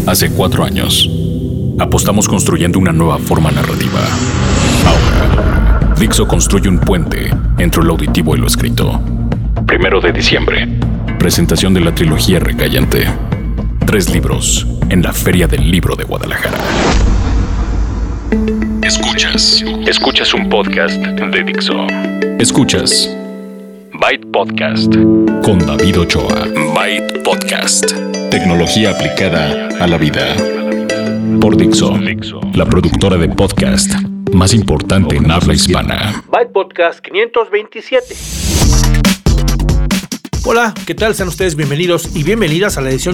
Hace 4 años, apostamos construyendo una nueva forma narrativa. Ahora, Dixo construye un puente entre lo auditivo y lo escrito. 1 de diciembre, presentación de la trilogía Recayente. 3 libros en la Feria del Libro de Guadalajara. Escuchas un podcast de Dixo. Escuchas Byte Podcast con David Ochoa. Byte Podcast. Tecnología aplicada a la vida. Por Dixo, la productora de podcast más importante en habla hispana. Byte Podcast 527. Hola, ¿qué tal? Sean ustedes bienvenidos y bienvenidas a la edición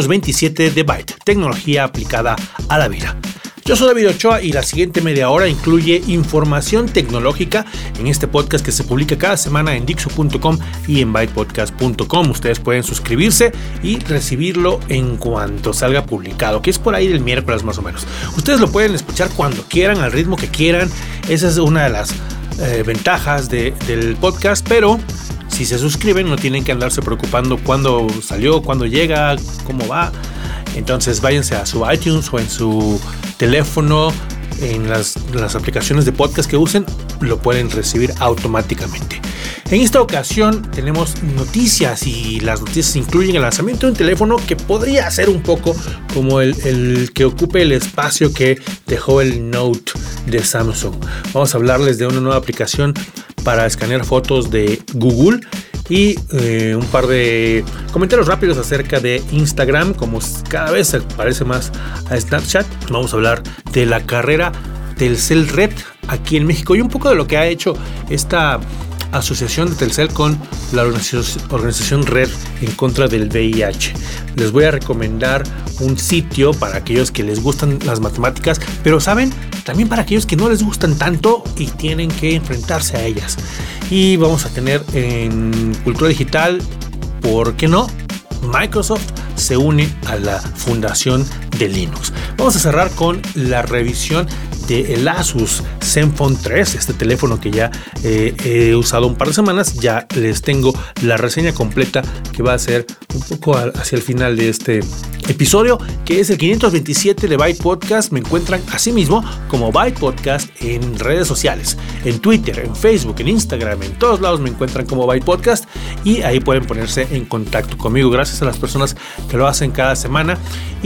527 de Byte, tecnología aplicada a la vida. Yo soy David Ochoa y la siguiente media hora incluye información tecnológica en este podcast que se publica cada semana en Dixo.com y en bytepodcast.com. Ustedes pueden suscribirse y recibirlo en cuanto salga publicado, que es por ahí del miércoles más o menos. Ustedes lo pueden escuchar cuando quieran, al ritmo que quieran. Esa es una de las ventajas del podcast, pero si se suscriben no tienen que andarse preocupando cuándo salió, cuándo llega, cómo va. Entonces váyanse a su iTunes o en su teléfono, en las aplicaciones de podcast que usen, lo pueden recibir automáticamente. En esta ocasión tenemos noticias y las noticias incluyen el lanzamiento de un teléfono que podría ser un poco como el que ocupe el espacio que dejó el Note de Samsung. Vamos a hablarles de una nueva aplicación para escanear fotos de Google y un par de comentarios rápidos acerca de Instagram, como cada vez se parece más a Snapchat. Vamos a hablar de la carrera Telcel Red aquí en México y un poco de lo que ha hecho esta asociación de Telcel con la organización Red en contra del VIH. Les voy a recomendar un sitio para aquellos que les gustan las matemáticas, pero saben, también para aquellos que no les gustan tanto y tienen que enfrentarse a ellas. Y vamos a tener en Cultura Digital, ¿por qué no? Microsoft se une a la fundación de Linux. Vamos a cerrar con la revisión del Asus Zenfone 3, este teléfono que ya he usado un par de semanas. Ya les tengo la reseña completa que va a ser un poco hacia el final de este episodio, que es el 527 de Byte Podcast. Me encuentran asimismo como Byte Podcast en redes sociales, en Twitter, en Facebook, en Instagram, en todos lados me encuentran como Byte Podcast y ahí pueden ponerse en contacto conmigo. Gracias a las personas que lo hacen cada semana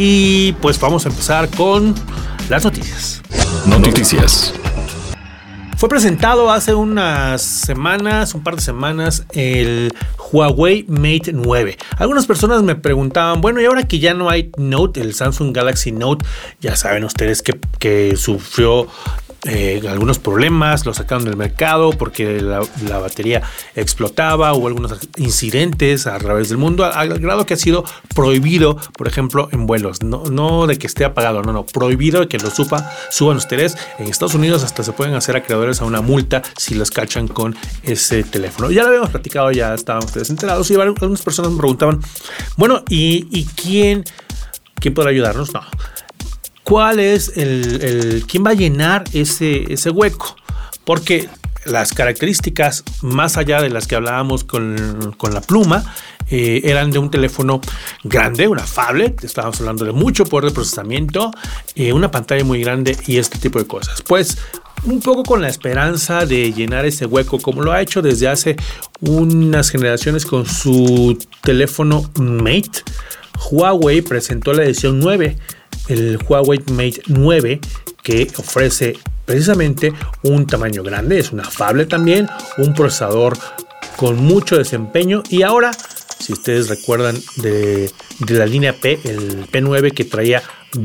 y pues vamos a empezar con las noticias. Fue presentado hace un par de semanas, el Huawei Mate 9. Algunas personas me preguntaban, bueno, y ahora que ya no hay Note, el Samsung Galaxy Note, ya saben ustedes que sufrió algunos problemas, lo sacaron del mercado porque la batería explotaba, hubo algunos incidentes a través del mundo, al grado que ha sido prohibido, por ejemplo, en vuelos, no de que esté apagado, no, prohibido de que lo suban ustedes. En Estados Unidos hasta se pueden hacer acreedores a una multa si los cachan con ese teléfono. Ya lo habíamos platicado, ya estaban ustedes enterados y algunas personas me preguntaban, bueno, ¿y quién podrá ayudarnos? No. ¿Cuál es quién va a llenar ese hueco? Porque las características, más allá de las que hablábamos con la pluma, eran de un teléfono grande, una phablet. Estábamos hablando de mucho poder de procesamiento, una pantalla muy grande y este tipo de cosas. Pues un poco con la esperanza de llenar ese hueco, como lo ha hecho desde hace unas generaciones con su teléfono Mate, Huawei presentó la edición 9, el Huawei Mate 9, que ofrece precisamente un tamaño grande, es una phablet también, un procesador con mucho desempeño y ahora, si ustedes recuerdan de la línea P, el P9 que traía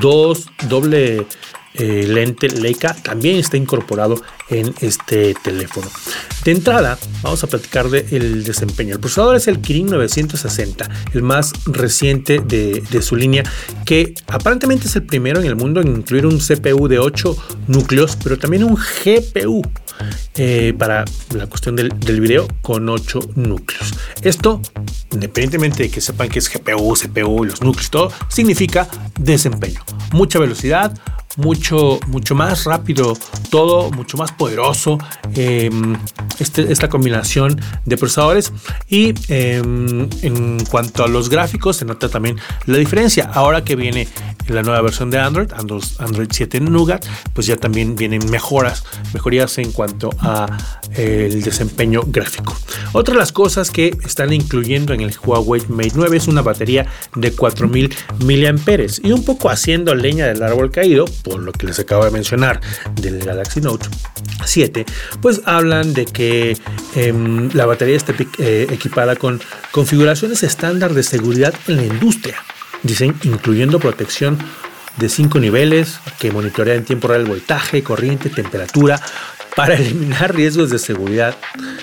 doble lente Leica, también está incorporado en este teléfono. De entrada, vamos a platicar del desempeño. El procesador es el Kirin 960, el más reciente de su línea, que aparentemente es el primero en el mundo en incluir un CPU de 8 núcleos, pero también un GPU para la cuestión del video con 8 núcleos. Esto, independientemente de que sepan que es GPU, CPU y los núcleos y todo, significa desempeño, mucha velocidad, mucho más rápido todo, mucho más poderoso esta combinación de procesadores. Y en cuanto a los gráficos se nota también la diferencia ahora que viene la nueva versión de Android 7 Nougat, pues ya también vienen mejorías en cuanto a el desempeño gráfico. Otra de las cosas que están incluyendo en el Huawei Mate 9 es una batería de 4000 mAh, y un poco haciendo leña del árbol caído, por lo que les acabo de mencionar del Galaxy Note 7, pues hablan de que la batería está equipada con configuraciones estándar de seguridad en la industria. Dicen, incluyendo protección de 5 niveles que monitorea en tiempo real el voltaje, corriente, temperatura, para eliminar riesgos de seguridad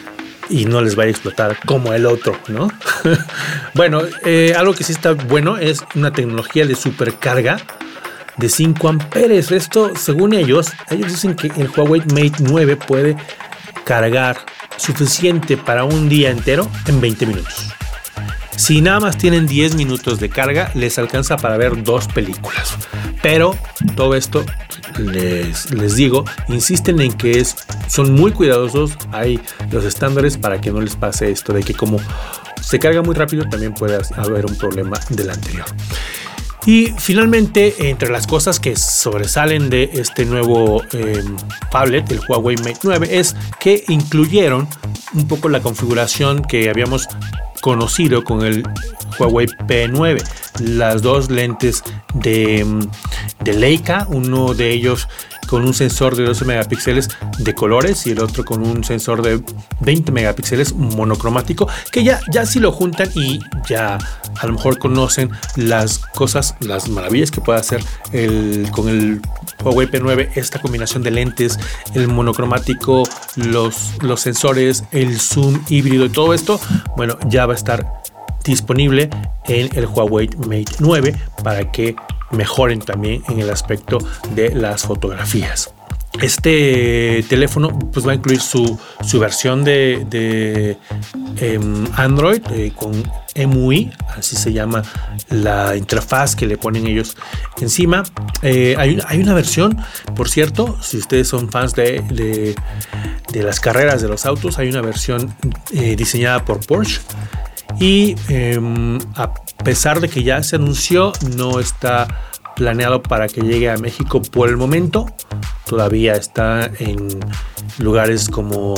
y no les vaya a explotar como el otro, ¿no? Bueno, algo que sí está bueno es una tecnología de supercarga de 5 amperes. Esto, según ellos dicen que el Huawei Mate 9 puede cargar suficiente para un día entero en 20 minutos. Si nada más tienen 10 minutos de carga, les alcanza para ver 2 películas. Pero todo esto, les digo, insisten en que son muy cuidadosos. Hay los estándares para que no les pase esto de que como se carga muy rápido, también puede haber un problema del anterior. Y finalmente, entre las cosas que sobresalen de este nuevo tablet, el Huawei Mate 9, es que incluyeron un poco la configuración que habíamos conocido con el Huawei P9, las 2 lentes de Leica, uno de ellos con un sensor de 12 megapíxeles de colores y el otro con un sensor de 20 megapíxeles monocromático, que ya si lo juntan y ya a lo mejor conocen las maravillas que puede hacer con el Huawei P9, esta combinación de lentes, el monocromático, los sensores, el zoom híbrido y todo esto, bueno, ya va a estar disponible en el Huawei Mate 9 para que mejoren también en el aspecto de las fotografías. Este teléfono pues va a incluir su versión de Android con EMUI, así se llama la interfaz que le ponen ellos encima. Hay una versión, por cierto, si ustedes son fans de las carreras de los autos, hay una versión diseñada por Porsche. Y a pesar de que ya se anunció, no está planeado para que llegue a México por el momento. Todavía está en lugares como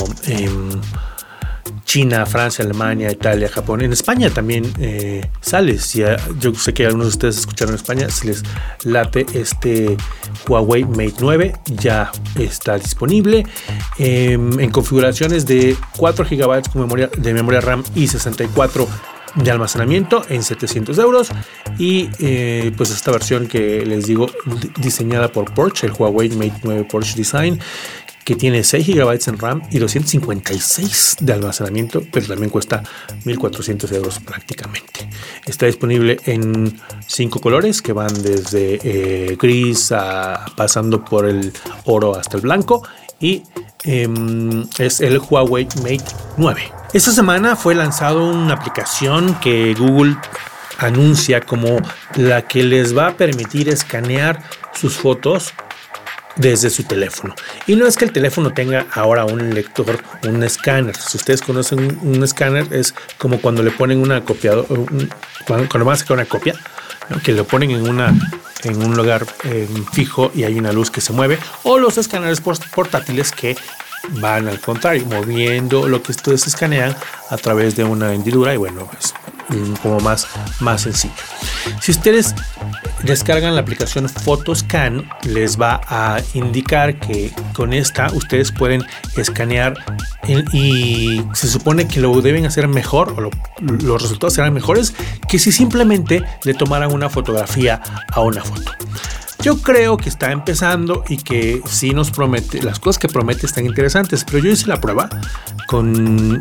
China, Francia, Alemania, Italia, Japón. En España también sale. Yo sé que algunos de ustedes escucharon en España. Si les late este Huawei Mate 9, ya está disponible en configuraciones de 4 GB de memoria RAM y 64 de almacenamiento en 700 euros. Y pues esta versión que les digo, diseñada por Porsche, el Huawei Mate 9 Porsche Design, que tiene 6 GB en RAM y 256 de almacenamiento, pero también cuesta 1.400 euros prácticamente. Está disponible en 5 colores que van desde gris pasando por el oro hasta el blanco, y es el Huawei Mate 9. Esta semana fue lanzado una aplicación que Google anuncia como la que les va a permitir escanear sus fotos desde su teléfono. Y no es que el teléfono tenga ahora un lector, un escáner. Si ustedes conocen un escáner, es como cuando le ponen una copiadora, cuando van a sacar una copia, ¿no? Que lo ponen en un lugar fijo y hay una luz que se mueve, o los escáneres portátiles que van al contrario, moviendo lo que ustedes escanean a través de una hendidura, y bueno, es como más sencillo. Si ustedes descargan la aplicación Photoscan, les va a indicar que con esta ustedes pueden escanear y se supone que lo deben hacer mejor, o los resultados serán mejores que si simplemente le tomaran una fotografía a una foto. Yo creo que está empezando y que sí nos promete, las cosas que promete están interesantes, pero yo hice la prueba con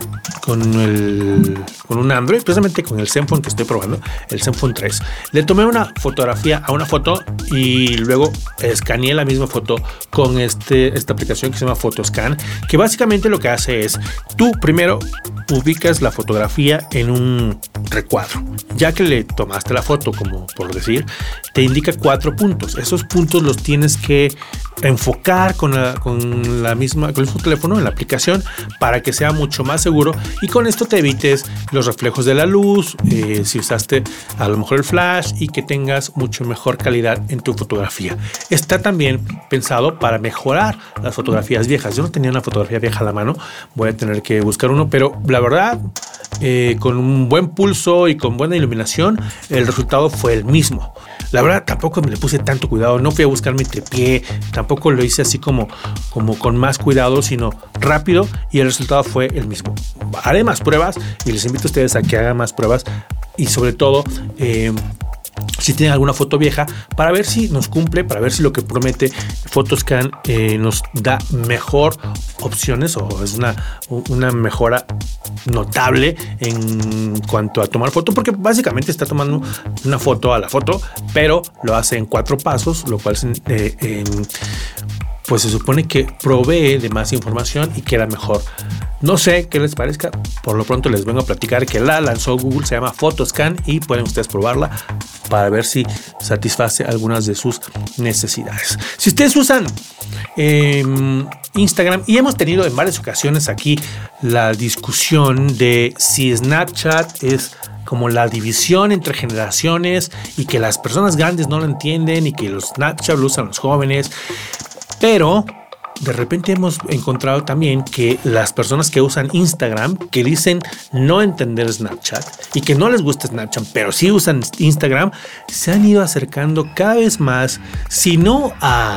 un Android, precisamente con el Zenfone que estoy probando, el Zenfone 3. Le tomé una fotografía a una foto y luego escaneé la misma foto con esta aplicación que se llama Photoscan, que básicamente lo que hace es, tú primero ubicas la fotografía en un recuadro. Ya que le tomaste la foto, como por decir, te indica 4 puntos. Esos puntos los tienes que enfocar con el mismo teléfono en la aplicación para que sea mucho más seguro y con esto te evites los reflejos de la luz, si usaste a lo mejor el flash, y que tengas mucho mejor calidad en tu fotografía. Está también pensado para mejorar las fotografías viejas. Yo no tenía una fotografía vieja a la mano, voy a tener que buscar uno, pero la verdad, con un buen pulso y con buena iluminación, el resultado fue el mismo. La verdad, tampoco me le puse tanto cuidado, no fui a buscar mi tripié, tampoco lo hice así como con más cuidado, sino rápido, y el resultado fue el mismo. Haré más pruebas y les invito a ustedes a que hagan más pruebas, y sobre todo si tienen alguna foto vieja, para ver si nos cumple, para ver si lo que promete Photoscan nos da mejor opciones, o es una mejora notable en cuanto a tomar foto, porque básicamente está tomando una foto a la foto, pero lo hace en 4 pasos, lo cual pues se supone que provee de más información y queda mejor. No sé qué les parezca, por lo pronto les vengo a platicar que la lanzó Google, se llama Photoscan, y pueden ustedes probarla para ver si satisface algunas de sus necesidades. Si ustedes usan Instagram, y hemos tenido en varias ocasiones aquí la discusión de si Snapchat es como la división entre generaciones y que las personas grandes no lo entienden y que los Snapchat lo usan los jóvenes, pero de repente hemos encontrado también que las personas que usan Instagram, que dicen no entender Snapchat y que no les gusta Snapchat, pero sí usan Instagram, se han ido acercando cada vez más, si no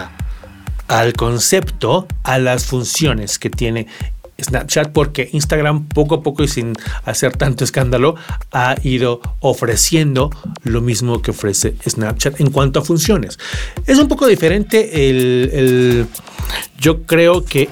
al concepto, a las funciones que tiene Snapchat, porque Instagram poco a poco y sin hacer tanto escándalo ha ido ofreciendo lo mismo que ofrece Snapchat en cuanto a funciones. Es un poco diferente yo creo que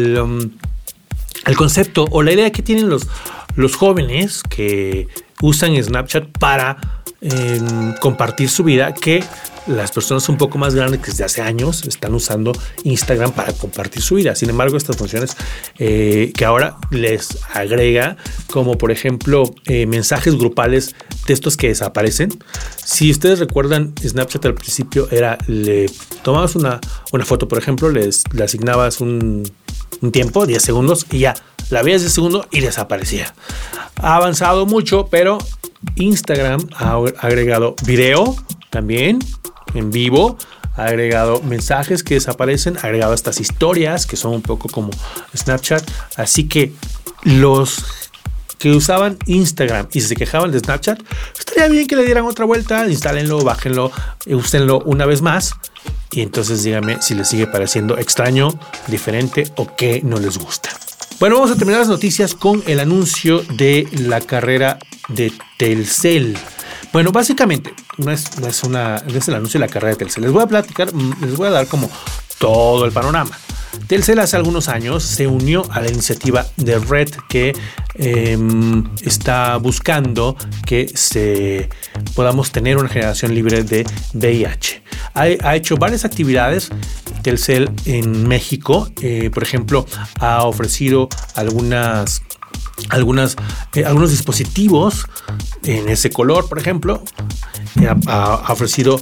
el concepto o la idea que tienen los jóvenes que usan Snapchat para compartir su vida, que las personas un poco más grandes que desde hace años están usando Instagram para compartir su vida. Sin embargo, estas funciones que ahora les agrega, como por ejemplo mensajes grupales, textos que desaparecen. Si ustedes recuerdan, Snapchat al principio le tomabas una foto, por ejemplo, le asignabas un tiempo, 10 segundos, y ya la veías 10 segundos y desaparecía. Ha avanzado mucho, pero Instagram ha agregado video también en vivo, ha agregado mensajes que desaparecen, ha agregado estas historias que son un poco como Snapchat. Así que los que usaban Instagram y se quejaban de Snapchat, estaría bien que le dieran otra vuelta, instálenlo, bájenlo, úsenlo una vez más, y entonces díganme si les sigue pareciendo extraño, diferente o que no les gusta. Bueno, vamos a terminar las noticias con el anuncio de la carrera de Telcel. Bueno, básicamente no es el anuncio de la carrera de Telcel. Les voy a platicar, les voy a dar como todo el panorama. Telcel hace algunos años se unió a la iniciativa de Red, que está buscando que podamos tener una generación libre de VIH. Ha hecho varias actividades Telcel en México. Por ejemplo, ha ofrecido algunos dispositivos en ese color, por ejemplo. Ha ofrecido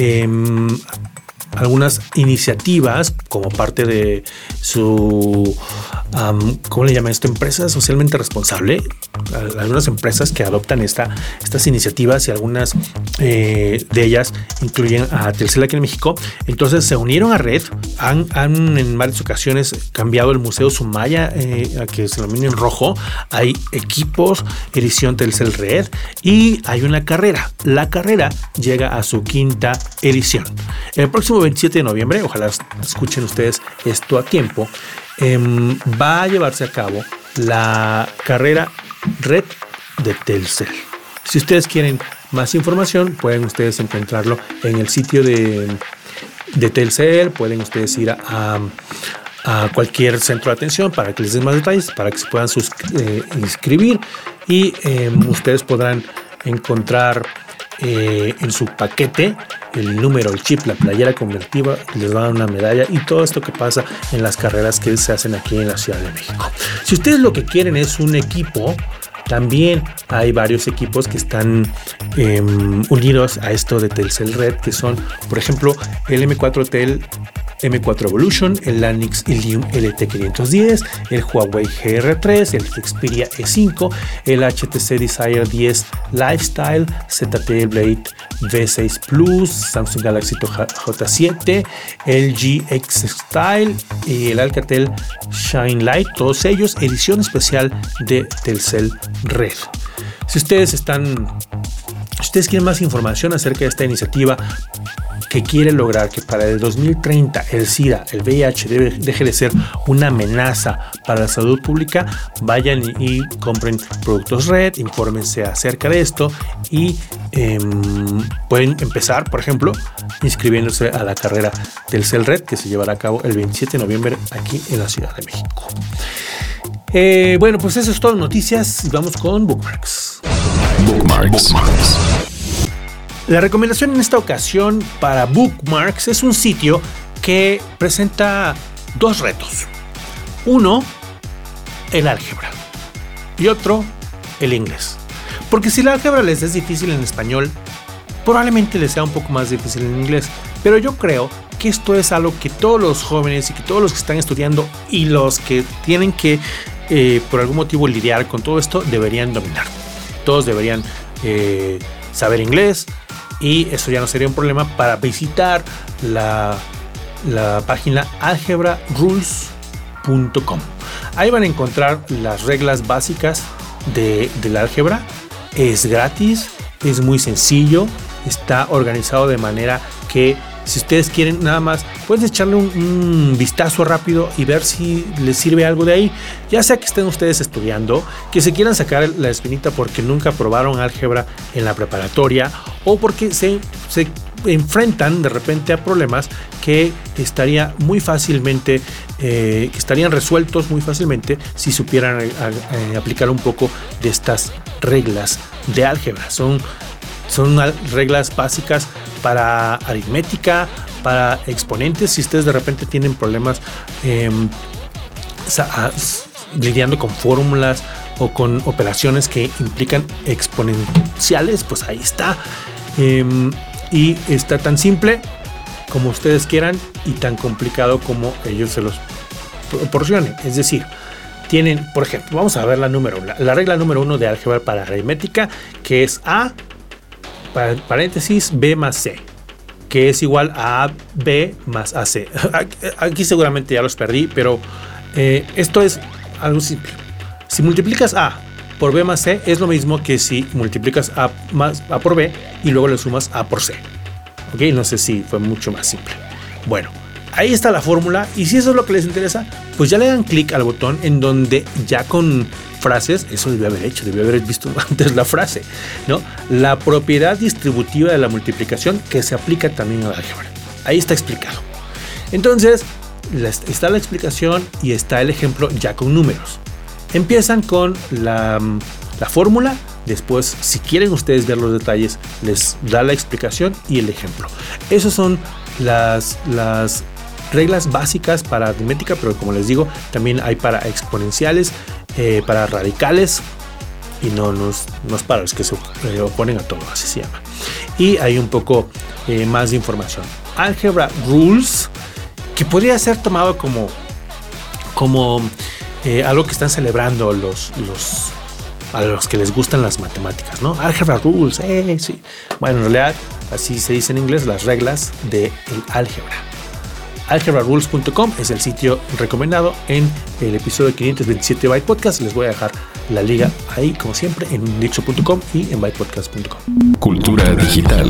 algunas iniciativas como parte de su ¿cómo le llaman esto? Empresa socialmente responsable. Algunas empresas que adoptan estas iniciativas, y algunas de ellas incluyen a Telcel aquí en México. Entonces se unieron a Red, han en varias ocasiones cambiado el Museo Sumaya a que se ilumine en rojo. Hay equipos edición Telcel Red y hay una carrera. La carrera llega a su 5ª edición. El próximo 27 de noviembre, ojalá escuchen ustedes esto a tiempo, va a llevarse a cabo la carrera Red de Telcel. Si ustedes quieren más información, pueden ustedes encontrarlo en el sitio de Telcel. Pueden ustedes ir a cualquier centro de atención para que les den más detalles, para que se puedan inscribir, y ustedes podrán encontrar en su paquete el número, el chip, la playera convertida, les van a dar una medalla y todo esto que pasa en las carreras que se hacen aquí en la Ciudad de México. Si ustedes lo que quieren es un equipo, también hay varios equipos que están unidos a esto de Telcel Red, que son, por ejemplo, el M4 Tel M4 Evolution, el Lanix Ilium LT510, el Huawei GR3, el Xperia E5, el HTC Desire 10 Lifestyle, ZTE Blade V6 Plus, Samsung Galaxy J7, LG X Style y el Alcatel Shine Light, todos ellos edición especial de Telcel Red. Si ustedes quieren más información acerca de esta iniciativa que quiere lograr que para el 2030 el SIDA, el VIH deje de ser una amenaza para la salud pública, vayan y compren productos Red, infórmense acerca de esto y pueden empezar, por ejemplo, inscribiéndose a la carrera Telcel Red que se llevará a cabo el 27 de noviembre aquí en la Ciudad de México. Bueno, pues eso es todo, noticias, y vamos con Bookmarks. La recomendación en esta ocasión para Bookmarks es un sitio que presenta dos retos. Uno, el álgebra, y otro, el inglés. Porque si el álgebra les es difícil en español, probablemente les sea un poco más difícil en inglés. Pero yo creo que esto es algo que todos los jóvenes y que todos los que están estudiando y los que tienen que por algún motivo lidiar con todo esto deberían dominar. Todos deberían saber inglés, y eso ya no sería un problema para visitar la página algebrarules.com. Ahí van a encontrar las reglas básicas del álgebra. Es gratis, es muy sencillo, está organizado de manera que si ustedes quieren nada más pueden echarle un vistazo rápido y ver si les sirve algo de ahí, ya sea que estén ustedes estudiando, que se quieran sacar la espinita porque nunca probaron álgebra en la preparatoria, o porque se enfrentan de repente a problemas que estarían resueltos muy fácilmente si supieran aplicar un poco de estas reglas de álgebra. Son reglas básicas para aritmética, para exponentes. Si ustedes de repente tienen problemas lidiando con fórmulas o con operaciones que implican exponenciales, pues ahí está. Y está tan simple como ustedes quieran y tan complicado como ellos se los proporcionen. Es decir, tienen, por ejemplo, vamos a ver la regla número 1 de álgebra para aritmética, que es A paréntesis B más C, que es igual a B más AC. Aquí seguramente ya los perdí, pero esto es algo simple. Si multiplicas A por B más C, es lo mismo que si multiplicas A por B y luego le sumas A por C. Ok, no sé si fue mucho más simple. Bueno, ahí está la fórmula, y si eso es lo que les interesa, pues ya le dan clic al botón en donde ya con frases, eso debió haber visto antes la frase, ¿no? La propiedad distributiva de la multiplicación que se aplica también a la álgebra. Ahí está explicado. Entonces, está la explicación y está el ejemplo ya con números. Empiezan con la fórmula, después, si quieren ustedes ver los detalles, les da la explicación y el ejemplo. Esas son las reglas básicas para aritmética, pero como les digo, también hay para exponenciales, para radicales, y no es para los que se oponen a todo, así se llama. Y hay un poco más de información. Algebra Rules, que podría ser tomado como algo que están celebrando a los que les gustan las matemáticas, ¿no? Algebra Rules, sí. Bueno, en realidad así se dice en inglés, las reglas del álgebra. algebrarules.com es el sitio recomendado en el episodio 527 de Byte Podcast. Les voy a dejar la liga ahí, como siempre, en Dixo.com y en bytepodcast.com. Cultura digital.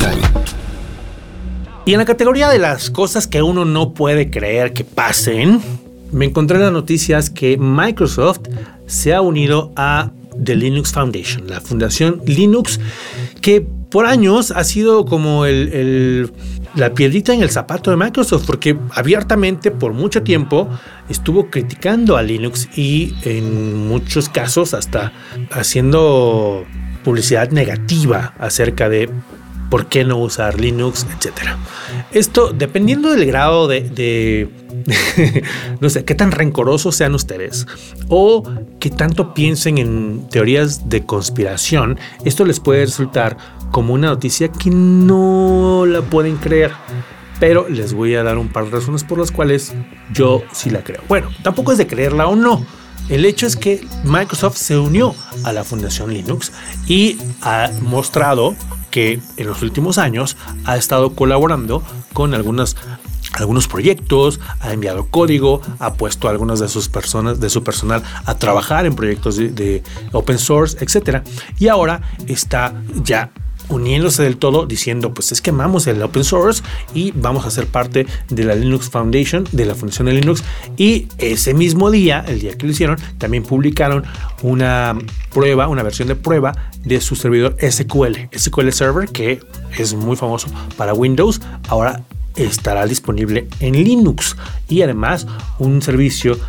Y en la categoría de las cosas que uno no puede creer que pasen, me encontré en las noticias que Microsoft se ha unido a The Linux Foundation, la fundación Linux, que por años ha sido como la piedrita en el zapato de Microsoft, porque abiertamente por mucho tiempo estuvo criticando a Linux y en muchos casos hasta haciendo publicidad negativa acerca de por qué no usar Linux, etcétera. Esto dependiendo del grado de no sé, qué tan rencorosos sean ustedes o qué tanto piensen en teorías de conspiración, esto les puede resultar como una noticia que no la pueden creer. pero les voy a dar un par de razones por las cuales yo sí la creo. Bueno, tampoco es de creerla o no. El hecho es que Microsoft se unió a la Fundación Linux y ha mostrado que en los últimos años ha estado colaborando con algunos proyectos, ha enviado código, ha puesto a algunas de su personal a trabajar en proyectos de open source, etc. Y ahora está ya uniéndose del todo, diciendo, pues es que amamos el open source y vamos a ser parte de la Linux Foundation, de la Fundación de Linux. Y ese mismo día, el día que lo hicieron, también publicaron una versión de prueba de su servidor SQL Server, que es muy famoso para Windows. Ahora estará disponible en Linux y además un servicio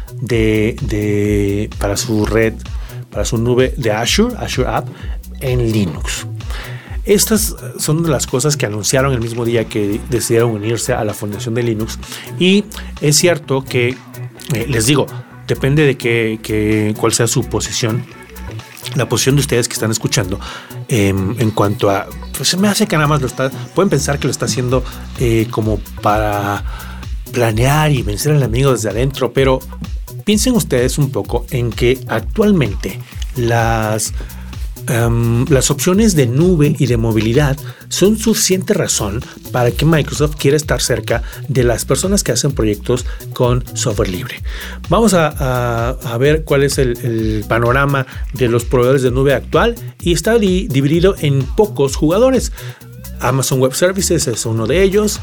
para su red, para su nube de Azure App en Linux. Estas son de las cosas que anunciaron el mismo día que decidieron unirse a la Fundación de Linux. Y es cierto que, les digo, depende de cuál sea su posición, la posición de ustedes que están escuchando, en cuanto a, pues se me hace que nada más pueden pensar que lo está haciendo como para planear y vencer al enemigo desde adentro, pero piensen ustedes un poco en que actualmente las opciones de nube y de movilidad son suficiente razón para que Microsoft quiera estar cerca de las personas que hacen proyectos con software libre. Vamos a ver cuál es el panorama de los proveedores de nube actual, y está dividido en pocos jugadores. Amazon Web Services es uno de ellos.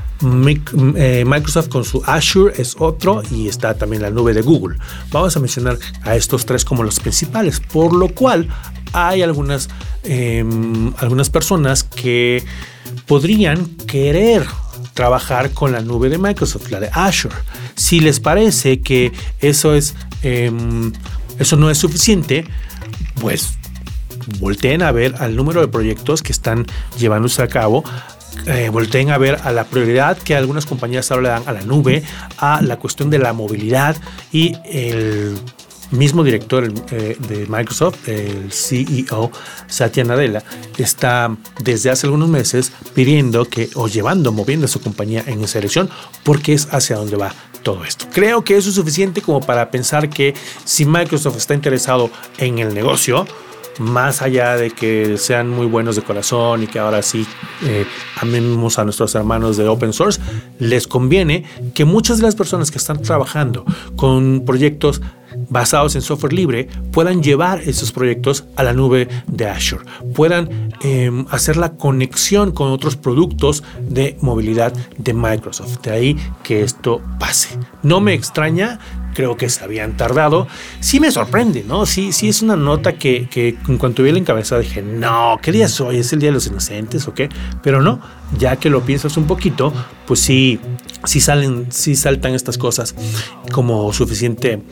Microsoft con su Azure es otro, y está también la nube de Google. Vamos a mencionar a estos tres como los principales, por lo cual hay algunas personas que podrían querer trabajar con la nube de Microsoft, la de Azure. Si les parece que eso no es suficiente, pues volteen a ver al número de proyectos que están llevándose a cabo. Volteen a ver a la prioridad que algunas compañías ahora le dan a la nube, a la cuestión de la movilidad, y el mismo director de Microsoft, el CEO Satya Nadella, está desde hace algunos meses pidiendo moviendo a su compañía en esa dirección, porque es hacia donde va todo esto. Creo que eso es suficiente como para pensar que si Microsoft está interesado en el negocio, más allá de que sean muy buenos de corazón y que ahora sí amemos a nuestros hermanos de open source, les conviene que muchas de las personas que están trabajando con proyectos basados en software libre puedan llevar esos proyectos a la nube de Azure, puedan hacer la conexión con otros productos de movilidad de Microsoft. De ahí que esto pase. No me extraña. Creo que se habían tardado. Sí me sorprende, ¿no? Sí es una nota que en cuanto vi el encabezado dije, no, ¿qué día es hoy? ¿Es el Día de los Inocentes o qué? Pero no, ya que lo piensas un poquito, pues sí saltan estas cosas como suficiente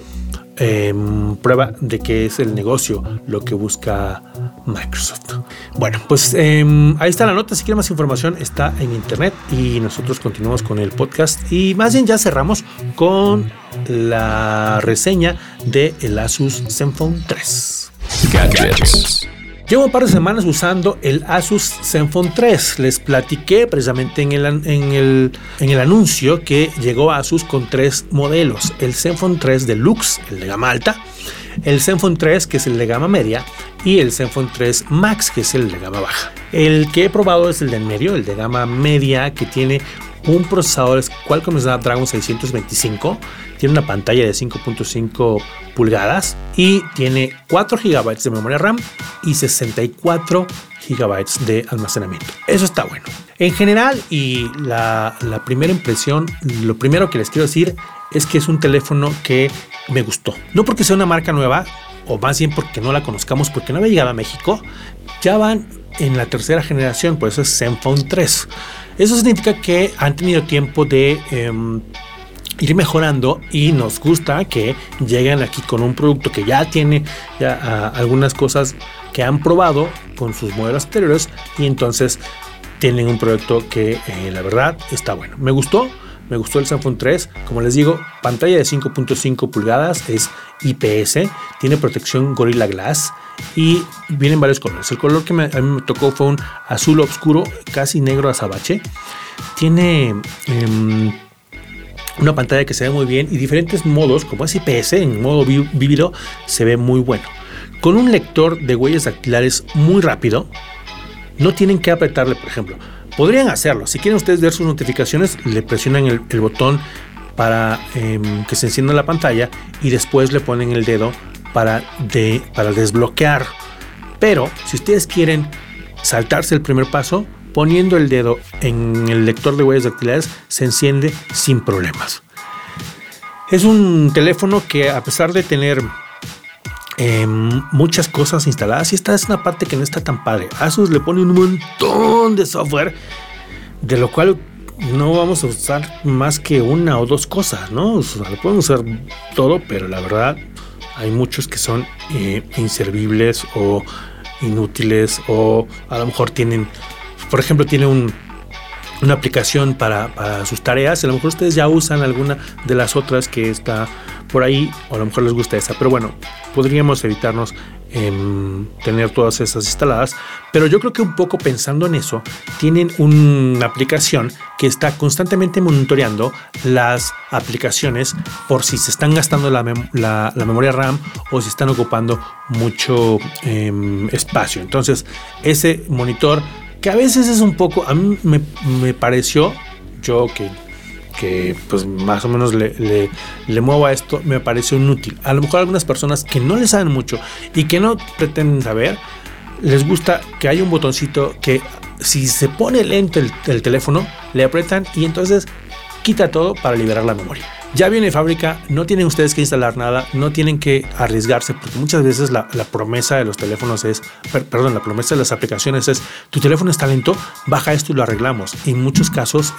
prueba de que es el negocio lo que busca Microsoft. Bueno, pues ahí está la nota. Si quieren más información, está en internet, y nosotros continuamos con el podcast, y más bien ya cerramos con la reseña de el Asus Zenfone 3. Gadgets. Llevo un par de semanas usando el Asus Zenfone 3. Les platiqué precisamente en el anuncio que llegó Asus con tres modelos: el Zenfone 3 Deluxe, el de gama alta, el Zenfone 3, que es el de gama media, y el Zenfone 3 Max, que es el de gama baja. El que he probado es el de en medio, el de gama media, que tiene un procesador Qualcomm Snapdragon 625, tiene una pantalla de 5.5 pulgadas y tiene 4 GB de memoria RAM y 64 GB de almacenamiento. Eso está bueno. En general, y la primera impresión, lo primero que les quiero decir es que es un teléfono que me gustó. No porque sea una marca nueva, o más bien porque no la conozcamos, porque no había llegado a México. Ya van en la tercera generación, por eso es Zenfone 3. Eso significa que han tenido tiempo de ir mejorando, y nos gusta que lleguen aquí con un producto que ya tiene algunas cosas que han probado con sus modelos anteriores, y entonces tienen un producto que la verdad está bueno. Me gustó, me gustó el Zenfone 3. Como les digo, pantalla de 5.5 pulgadas, es IPS, tiene protección Gorilla Glass y vienen varios colores. El color que a mí me tocó fue un azul oscuro, casi negro azabache. Tiene una pantalla que se ve muy bien y diferentes modos, como es IPS, en modo vívido se ve muy bueno. Con un lector de huellas dactilares muy rápido, no tienen que apretarle, por ejemplo. Podrían hacerlo. Si quieren ustedes ver sus notificaciones, le presionan el botón para que se encienda la pantalla y después le ponen el dedo para desbloquear. Pero si ustedes quieren saltarse el primer paso, poniendo el dedo en el lector de huellas dactilares se enciende sin problemas. Es un teléfono que, a pesar de tener muchas cosas instaladas, y esta es una parte que no está tan padre, Asus le pone un montón de software, de lo cual no vamos a usar más que una o dos cosas, ¿no? O sea, le podemos usar todo, pero la verdad hay muchos que son inservibles o inútiles, o a lo mejor tienen, por ejemplo, tiene una aplicación para sus tareas. A lo mejor ustedes ya usan alguna de las otras que está por ahí, o a lo mejor les gusta esa, pero bueno, podríamos evitarnos tener todas esas instaladas. Pero yo creo que un poco pensando en eso, tienen una aplicación que está constantemente monitoreando las aplicaciones por si se están gastando la memoria RAM o si están ocupando mucho espacio. Entonces, ese monitor, que a veces es un poco, a mí me pareció, yo que pues más o menos le muevo a esto, me pareció inútil. A lo mejor a algunas personas que no le saben mucho y que no pretenden saber, les gusta que haya un botoncito que, si se pone lento el teléfono, le aprietan y entonces quita todo para liberar la memoria. Ya viene de fábrica, no tienen ustedes que instalar nada, no tienen que arriesgarse, porque muchas veces la promesa de los teléfonos es, la promesa de las aplicaciones es: tu teléfono está lento, baja esto y lo arreglamos. Y en muchos casos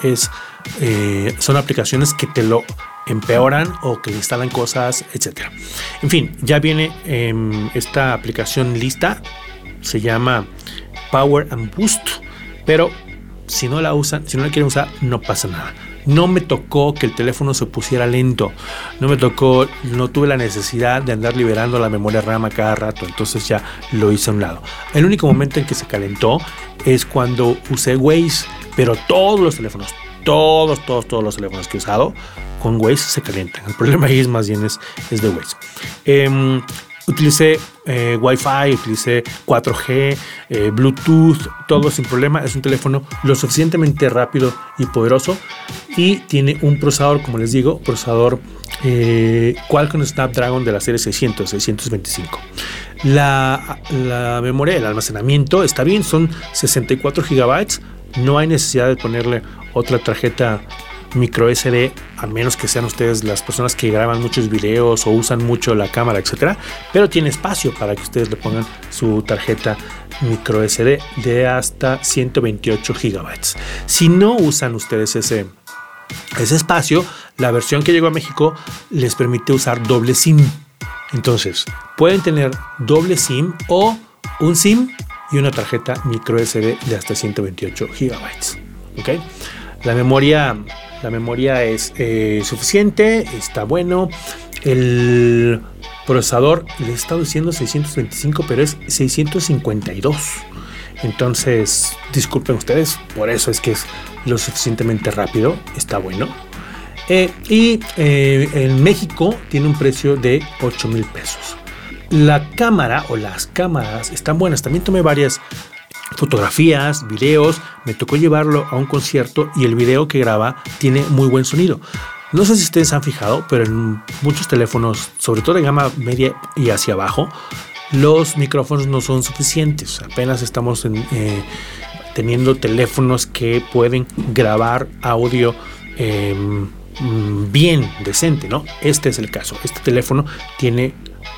son aplicaciones que te lo empeoran o que le instalan cosas, etc. En fin, ya viene esta aplicación lista, se llama Power and Boost, pero si no la usan, si no la quieren usar, no pasa nada. No me tocó que el teléfono se pusiera lento, no tuve la necesidad de andar liberando la memoria RAM a cada rato, entonces ya lo hice a un lado. El único momento en que se calentó es cuando usé Waze, pero todos los teléfonos que he usado con Waze se calientan. El problema ahí más bien es de Waze. Utilicé Wi-Fi, utilicé 4G, Bluetooth, todo sin problema. Es un teléfono lo suficientemente rápido y poderoso y tiene un procesador, como les digo, Qualcomm Snapdragon de la serie 625. La memoria, el almacenamiento está bien, son 64 GB. No hay necesidad de ponerle otra tarjeta micro SD, a menos que sean ustedes las personas que graban muchos videos o usan mucho la cámara, etcétera, pero tiene espacio para que ustedes le pongan su tarjeta micro SD de hasta 128 GB. Si no usan ustedes ese espacio, la versión que llegó a México les permite usar doble SIM. Entonces, pueden tener doble SIM o un SIM y una tarjeta micro SD de hasta 128 GB. ¿Okay? La memoria es suficiente, está bueno. El procesador, le he estado diciendo 625, pero es 652. Entonces, disculpen ustedes, por eso es que es lo suficientemente rápido, está bueno. En México tiene un precio de 8,000 pesos. La cámara o las cámaras están buenas. También tomé varias fotografías, videos, me tocó llevarlo a un concierto y el video que graba tiene muy buen sonido. No sé si ustedes se han fijado, pero en muchos teléfonos, sobre todo de gama media y hacia abajo, los micrófonos no son suficientes. Apenas estamos teniendo teléfonos que pueden grabar audio bien, decente, ¿no? Este es el caso. Este teléfono tiene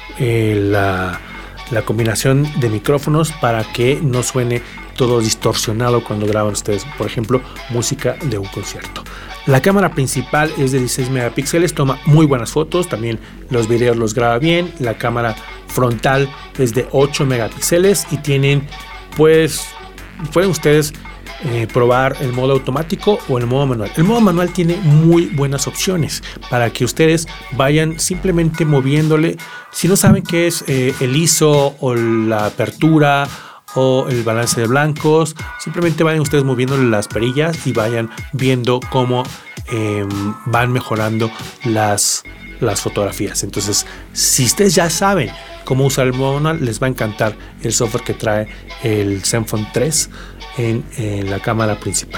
la combinación de micrófonos para que no suene todo distorsionado cuando graban ustedes, por ejemplo, música de un concierto. La cámara principal es de 16 megapíxeles, toma muy buenas fotos, también los videos los graba bien. La cámara frontal es de 8 megapíxeles y tienen, pues, pueden ustedes probar el modo automático o el modo manual. El modo manual tiene muy buenas opciones para que ustedes vayan simplemente moviéndole. Si no saben qué es el ISO o la apertura o el balance de blancos, simplemente vayan ustedes moviéndole las perillas y vayan viendo cómo van mejorando las fotografías. Entonces, si ustedes ya saben cómo usar el modo manual, les va a encantar el software que trae el Zenfone 3 en la cámara principal.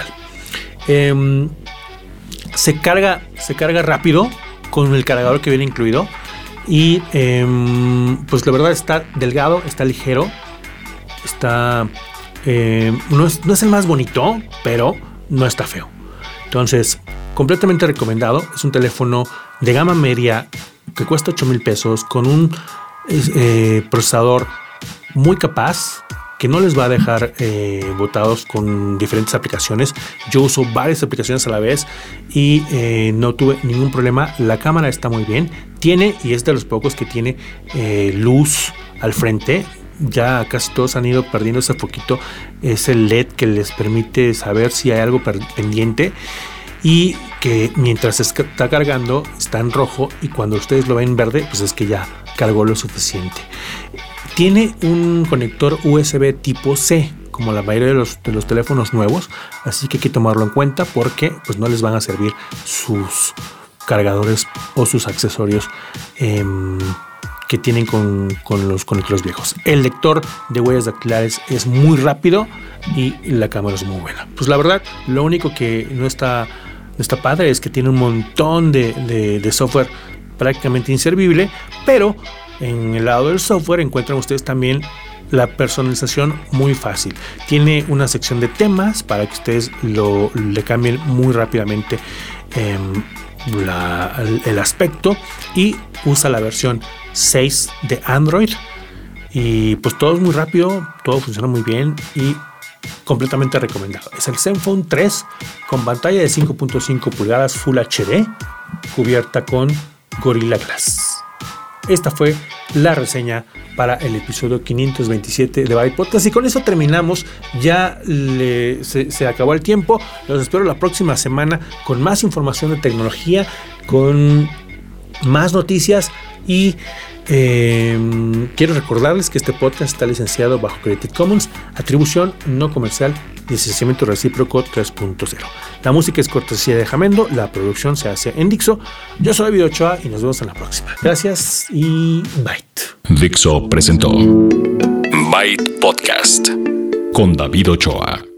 Se carga rápido con el cargador que viene incluido y pues la verdad está delgado, está ligero, está no es el más bonito, pero no está feo. Entonces, completamente recomendado. Es un teléfono de gama media que cuesta 8,000 pesos con un procesador muy capaz, que no les va a dejar botados con diferentes aplicaciones. Yo uso varias aplicaciones a la vez y no tuve ningún problema. La cámara está muy bien. Tiene, y es de los pocos que tiene luz al frente. Ya casi todos han ido perdiendo ese foquito. Es el LED que les permite saber si hay algo pendiente. Y que mientras está cargando está en rojo, y cuando ustedes lo ven verde, pues es que ya cargó lo suficiente. Tiene un conector USB tipo C, como la mayoría de los teléfonos nuevos, así que hay que tomarlo en cuenta porque pues no les van a servir sus cargadores o sus accesorios que tienen con los conectores viejos. El lector de huellas dactilares es muy rápido y la cámara es muy buena. Pues la verdad, lo único que no está padre es que tiene un montón de software prácticamente inservible, pero en el lado del software encuentran ustedes también la personalización muy fácil. Tiene una sección de temas para que ustedes le cambien muy rápidamente el aspecto, y usa la versión 6 de Android, y pues todo es muy rápido, todo funciona muy bien y completamente recomendado. Es el Zenfone 3 con pantalla de 5.5 pulgadas Full HD cubierta con Gorilla Glass. Esta fue la reseña para el episodio 527 de Byte Podcast, y con eso terminamos. Ya se acabó el tiempo. Los espero la próxima semana con más información de tecnología, con más noticias, y quiero recordarles que este podcast está licenciado bajo Creative Commons, atribución no comercial, licenciamiento recíproco 3.0. La música es cortesía de Jamendo, la producción se hace en Dixo. Yo soy David Ochoa y nos vemos en la próxima. Gracias y Byte. Dixo presentó Byte Podcast con David Ochoa.